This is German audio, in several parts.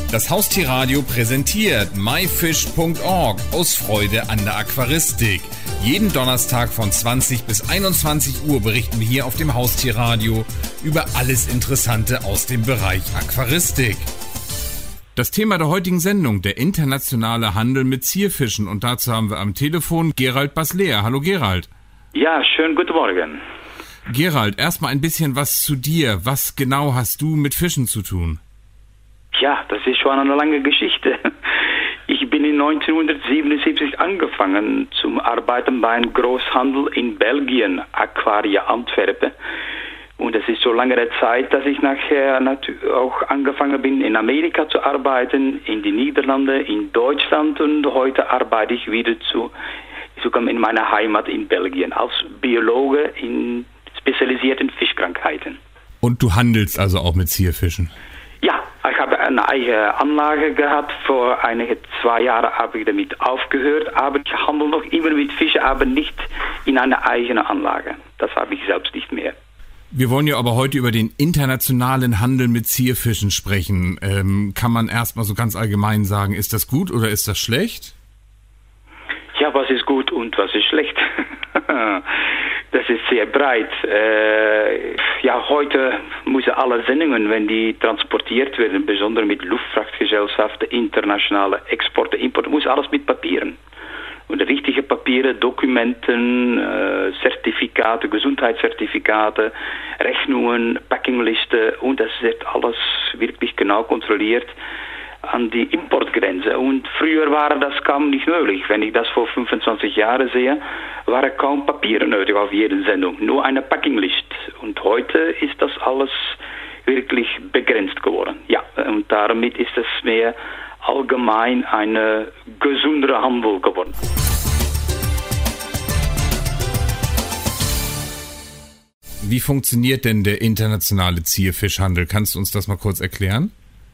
Das Haustierradio präsentiert myfish.org aus Freude an der Aquaristik. Jeden Donnerstag von 20 bis 21 Uhr berichten wir hier auf dem Haustierradio über alles Interessante aus dem Bereich Aquaristik. Das Thema der heutigen Sendung, der internationale Handel mit Zierfischen. Und dazu haben wir am Telefon Gerald Basler. Hallo Gerald. Ja, schönen guten Morgen. Gerald, erstmal ein bisschen was zu dir. Was genau hast du mit Fischen zu tun? Ja, das ist schon eine lange Geschichte. Ich bin in 1977 angefangen zum Arbeiten bei einem Großhandel in Belgien, Aquaria Antwerpen. Und es ist so lange Zeit, dass ich nachher auch angefangen bin, in Amerika zu arbeiten, in die Niederlande, in Deutschland, und heute arbeite ich wieder sogar in meiner Heimat in Belgien als Biologe spezialisiert in Fischkrankheiten. Und du handelst also auch mit Zierfischen? Ja, ich habe eine eigene Anlage gehabt. Vor einige 2 Jahren habe ich damit aufgehört. Aber ich handle noch immer mit Fischen, aber nicht in einer eigenen Anlage. Das habe ich selbst nicht mehr. Wir wollen ja aber heute über den internationalen Handel mit Zierfischen sprechen. Kann man erstmal so ganz allgemein sagen, ist das gut oder ist das schlecht? Ja, was ist gut und was ist schlecht? Das ist sehr breit. Heute müssen alle Sendungen, wenn die transportiert werden, besonders mit Luftfrachtgesellschaften, internationale Exporte, Importe, muss alles mit Papieren. Und richtige Papiere, Dokumenten, Zertifikate, Gesundheitszertifikate, Rechnungen, Packingliste, und das wird alles wirklich genau kontrolliert an die Importgrenze. Und früher war das kaum nicht möglich. Wenn ich das vor 25 Jahren sehe, waren kaum Papiere nötig auf jede Sendung, nur eine Packinglist. Und heute ist das alles wirklich begrenzt geworden. Ja, und damit ist es mehr allgemein ein gesünderer Handel geworden. Wie funktioniert denn der internationale Zierfischhandel? Kannst du uns das mal kurz erklären?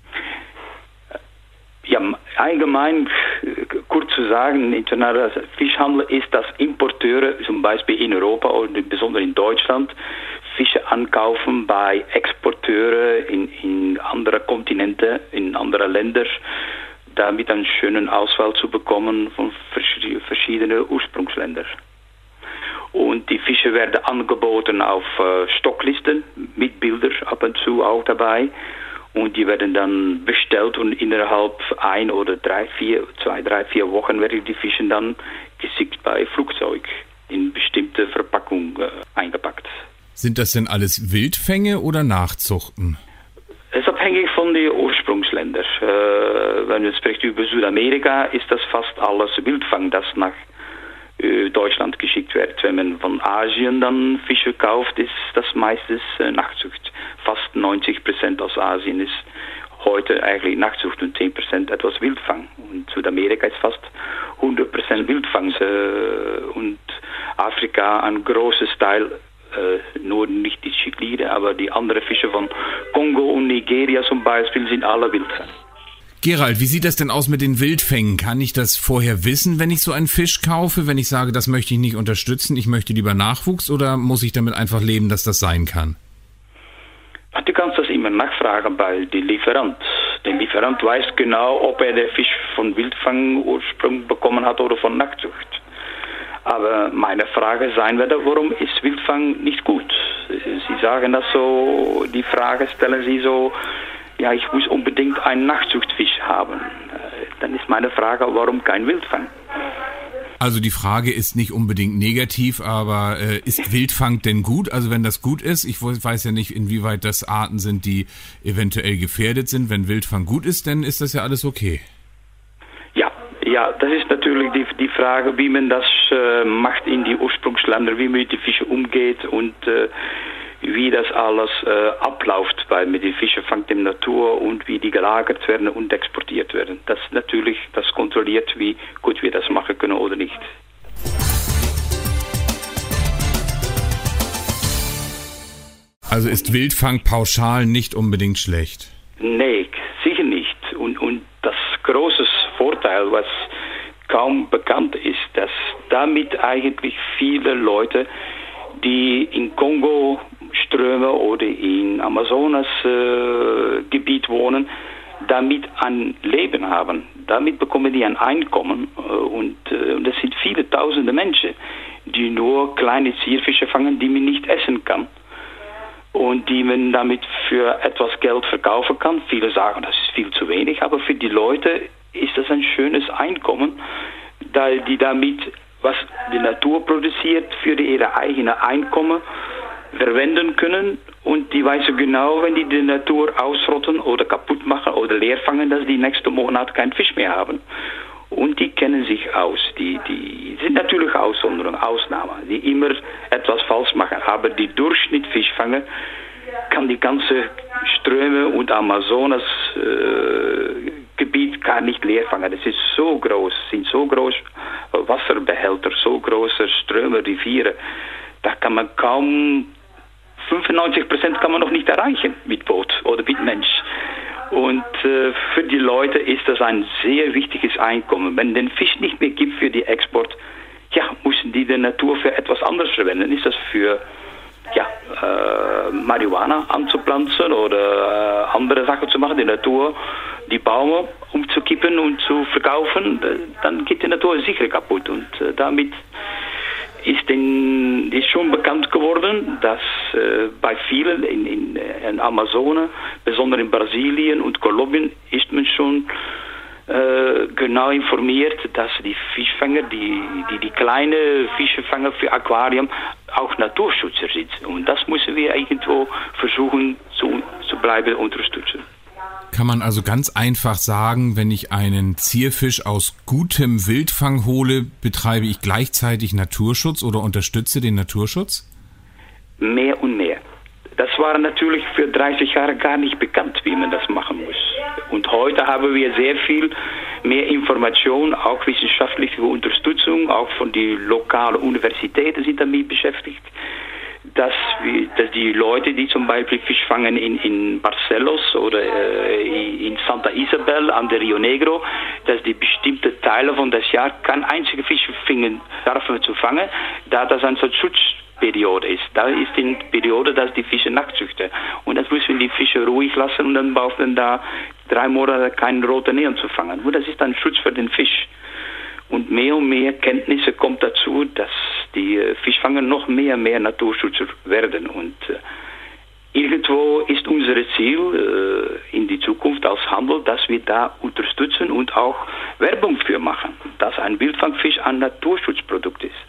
Ja, allgemein kurz zu sagen, internationaler Fischhandel ist, dass Importeure zum Beispiel in Europa oder besonders in Deutschland Fische ankaufen bei Exporteuren in andere Kontinente, in andere Länder, damit einen schönen Auswahl zu bekommen von verschiedenen Ursprungsländern. Und die Fische werden angeboten auf Stocklisten mit Bildern ab und zu auch dabei. Und die werden dann bestellt und innerhalb 2, 3, 4 Wochen werden die Fische dann geschickt bei Flugzeug in bestimmte Verpackung eingepackt. Sind das denn alles Wildfänge oder Nachzuchten? Es ist abhängig von den Ursprungsländern. Wenn man spricht über Südamerika, ist das fast alles Wildfang, das nach Deutschland geschickt wird. Wenn man von Asien dann Fische kauft, ist das meistens Nachzucht. Fast 90% aus Asien ist heute eigentlich Nachzucht und 10% etwas Wildfang. Und Südamerika ist fast 100% Wildfang. Und Afrika ein großes Teil, nur nicht die Chiklide, aber die anderen Fische von Kongo und Nigeria zum Beispiel sind alle Wildfang. Gerald, wie sieht das denn aus mit den Wildfängen? Kann ich das vorher wissen, wenn ich so einen Fisch kaufe? Wenn ich sage, das möchte ich nicht unterstützen, ich möchte lieber Nachwuchs, oder muss ich damit einfach leben, dass das sein kann? Du kannst das immer nachfragen bei dem Lieferant. Der Lieferant weiß genau, ob er den Fisch von Wildfang Ursprung bekommen hat oder von Nachzucht. Aber meine Frage sein wird, warum ist Wildfang nicht gut? Sie sagen das so, die Frage stellen Sie so, ja, ich muss unbedingt einen Nachzuchtfisch haben. Dann ist meine Frage, warum kein Wildfang? Also die Frage ist nicht unbedingt negativ, aber ist Wildfang denn gut? Also wenn das gut ist, ich weiß ja nicht, inwieweit das Arten sind, die eventuell gefährdet sind. Wenn Wildfang gut ist, dann ist das ja alles okay. Ja, das ist natürlich die Frage, wie man das macht in die Ursprungsländer, wie man mit den Fischen umgeht und wie das alles abläuft, weil mit den Fischen fangt in der Natur und wie die gelagert werden und exportiert werden. Das natürlich, das kontrolliert, wie gut wir das machen können oder nicht. Also ist Wildfang pauschal nicht unbedingt schlecht? Nee, sicher nicht. Und das große Vorteil, was kaum bekannt ist, dass damit eigentlich viele Leute, die in Kongo Ströme oder in Amazonas Gebiet wohnen, damit ein Leben haben. Damit bekommen die ein Einkommen und das sind viele tausende Menschen, die nur kleine Zierfische fangen, die man nicht essen kann und die man damit für etwas Geld verkaufen kann. Viele sagen, das ist viel zu wenig, aber für die Leute ist das ein schönes Einkommen, da die damit, was die Natur produziert, für ihre eigene Einkommen verwenden können und die wissen genau, wenn die Natur ausrotten oder kaputt machen oder leer fangen, dass die nächsten Monat keinen Fisch mehr haben. Und die kennen sich aus. Die sind natürlich Ausnahmen, die immer etwas falsch machen. Aber die Durchschnittsfischfanger kann die ganze Ströme und Amazonas-Gebiet gar nicht leer fangen. Das ist so groß, sind so groß Wasserbehälter, so große Ströme, Riviere. Da kann man kaum 95% kann man noch nicht erreichen mit Boot oder mit Mensch. Und für die Leute ist das ein sehr wichtiges Einkommen. Wenn den Fisch nicht mehr gibt für die Export, müssen die Natur für etwas anderes verwenden. Ist das für Marihuana anzupflanzen oder andere Sachen zu machen, die Natur, die Bäume umzukippen und zu verkaufen, dann geht die Natur sicher kaputt. Und damit ist schon bekannt geworden, dass bei vielen in Amazonas, besonders in Brasilien und Kolumbien, ist man schon genau informiert, dass die Fischfänger, die kleine Fische fangen für Aquarium, auch Naturschützer sind. Und das müssen wir irgendwo versuchen zu bleiben unterstützen. Kann man also ganz einfach sagen, wenn ich einen Zierfisch aus gutem Wildfang hole, betreibe ich gleichzeitig Naturschutz oder unterstütze den Naturschutz? Mehr und mehr. Das war natürlich für 30 Jahre gar nicht bekannt, wie man das machen muss. Und heute haben wir sehr viel mehr Informationen, auch wissenschaftliche Unterstützung, auch von den lokalen Universitäten sind damit beschäftigt. Dass die Leute, die zum Beispiel Fisch fangen in Barcelos oder in Santa Isabel an der Rio Negro, dass die bestimmte Teile von das Jahr kein einziger Fisch dürfen zu fangen, da das eine Schutzperiode ist. Da ist die Periode, dass die Fische nachzüchten. Und das müssen die Fische ruhig lassen und dann brauchen da 3 Monate keinen roten Neon zu fangen. Und das ist ein Schutz für den Fisch. Und mehr Kenntnisse kommt dazu, dass die Fischfanger noch mehr Naturschützer werden. Und irgendwo ist unser Ziel in die Zukunft als Handel, dass wir da unterstützen und auch Werbung für machen, dass ein Wildfangfisch ein Naturschutzprodukt ist.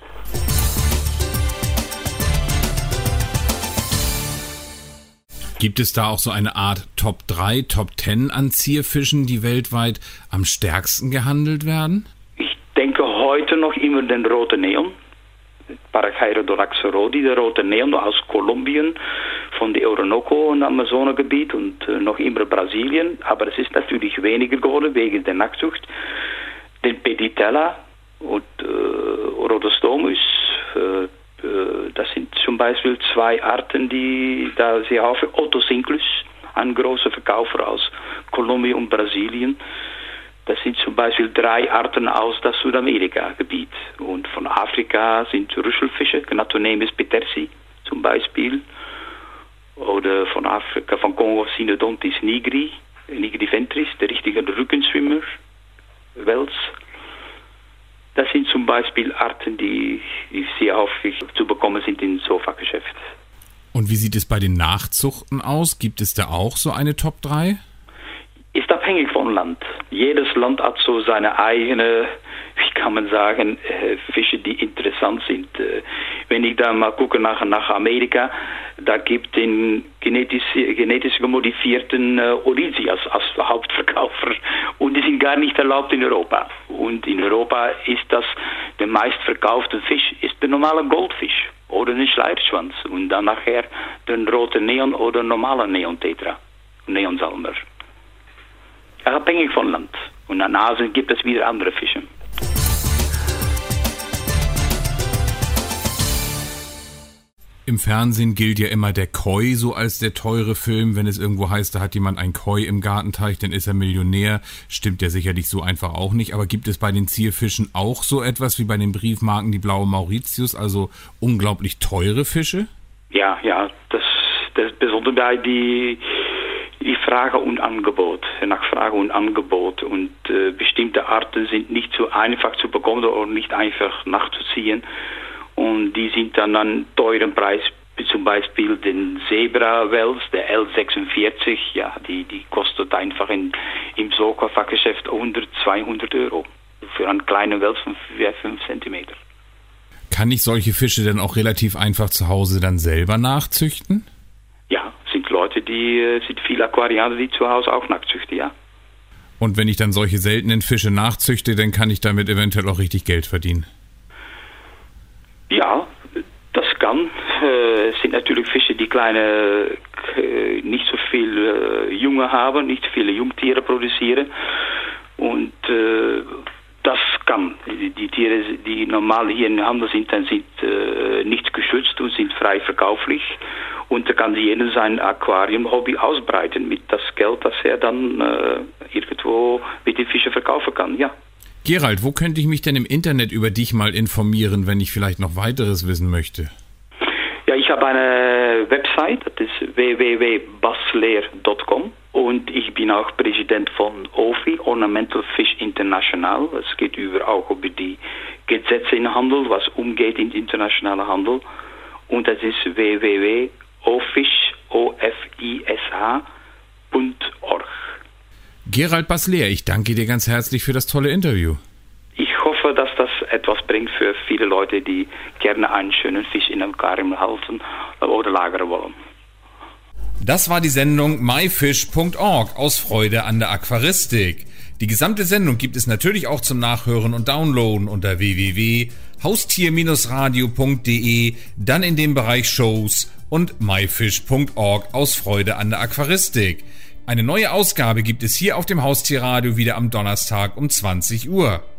Gibt es da auch so eine Art Top 3, Top 10 an Zierfischen, die weltweit am stärksten gehandelt werden? Ich denke heute noch immer den roten Neon, Parachaerodorax rodi, der rote Neon aus Kolumbien, von der Orinoco und Amazonengebiet und noch immer Brasilien. Aber es ist natürlich weniger geworden wegen der Nachzucht. Den Peditella und Rhodostomus, das sind zum Beispiel 2 Arten, die da sehr häufig, Otocinclus, ein großer Verkäufer aus Kolumbien und Brasilien. Das sind zum Beispiel 3 Arten aus dem Südamerika-Gebiet. Und von Afrika sind Rüschelfische, Gnatonemis petersi zum Beispiel. Oder von Afrika, von Kongo, Synodontis nigriventris, der richtige Rückenschwimmer, Wels. Das sind zum Beispiel Arten, die sehr häufig zu bekommen sind im Sofa-Geschäft. Und wie sieht es bei den Nachzuchten aus? Gibt es da auch so eine Top 3? Ist abhängig vom Land. Jedes Land hat so seine eigene, wie kann man sagen, Fische, die interessant sind. Wenn ich da mal gucke nach Amerika, da gibt es genetisch gemodifizierten Orisias als Hauptverkäufer und die sind gar nicht erlaubt in Europa. Und in Europa ist das der meistverkaufte Fisch, ist der normale Goldfisch oder ein Schleierschwanz und dann nachher den roten Neon oder normale Neontetra, Neonsalmer. Abhängig vom Land. Und in Asien gibt es wieder andere Fische. Im Fernsehen gilt ja immer der Koi so als der teure Film. Wenn es irgendwo heißt, da hat jemand ein Koi im Gartenteich, dann ist er Millionär. Stimmt ja sicherlich so einfach auch nicht. Aber gibt es bei den Zierfischen auch so etwas wie bei den Briefmarken die blaue Mauritius, also unglaublich teure Fische? Ja, das besonders bei die Frage und Angebot, nach Frage und Angebot. Und bestimmte Arten sind nicht so einfach zu bekommen oder nicht einfach nachzuziehen. Und die sind dann an teuren Preis, zum Beispiel den Zebra-Wels, der L46, ja, die kostet einfach im Soka-Fachgeschäft unter 200 Euro für einen kleinen Wels von 5 cm. Kann ich solche Fische dann auch relativ einfach zu Hause dann selber nachzüchten? Ja, sind Leute, sind viele Aquarianer, die zu Hause auch nachzüchten, ja. Und wenn ich dann solche seltenen Fische nachzüchte, dann kann ich damit eventuell auch richtig Geld verdienen? Ja, das kann. Es sind natürlich Fische, die nicht so viel Junge haben, nicht viele Jungtiere produzieren. Und das kann. Die Tiere, die normal hier im Handel sind, dann sind nicht geschützt und sind frei verkauflich. Und da kann jeder sein Aquarium-Hobby ausbreiten mit das Geld, das er dann irgendwo mit den Fischen verkaufen kann, ja. Gerald, wo könnte ich mich denn im Internet über dich mal informieren, wenn ich vielleicht noch weiteres wissen möchte? Ja, ich habe eine Website, das ist www.basleer.com und ich bin auch Präsident von OFI, Ornamental Fish International. Es geht auch über die Gesetze im Handel, was umgeht in internationalen Handel. Und das ist www.ofish.org. Gerald Basleer, ich danke dir ganz herzlich für das tolle Interview. Ich hoffe, dass das etwas bringt für viele Leute, die gerne einen schönen Fisch in einem Aquarium halten oder lagern wollen. Das war die Sendung myfish.org aus Freude an der Aquaristik. Die gesamte Sendung gibt es natürlich auch zum Nachhören und Downloaden unter www.haustier-radio.de, dann in dem Bereich Shows und myfish.org aus Freude an der Aquaristik. Eine neue Ausgabe gibt es hier auf dem Haustierradio wieder am Donnerstag um 20 Uhr.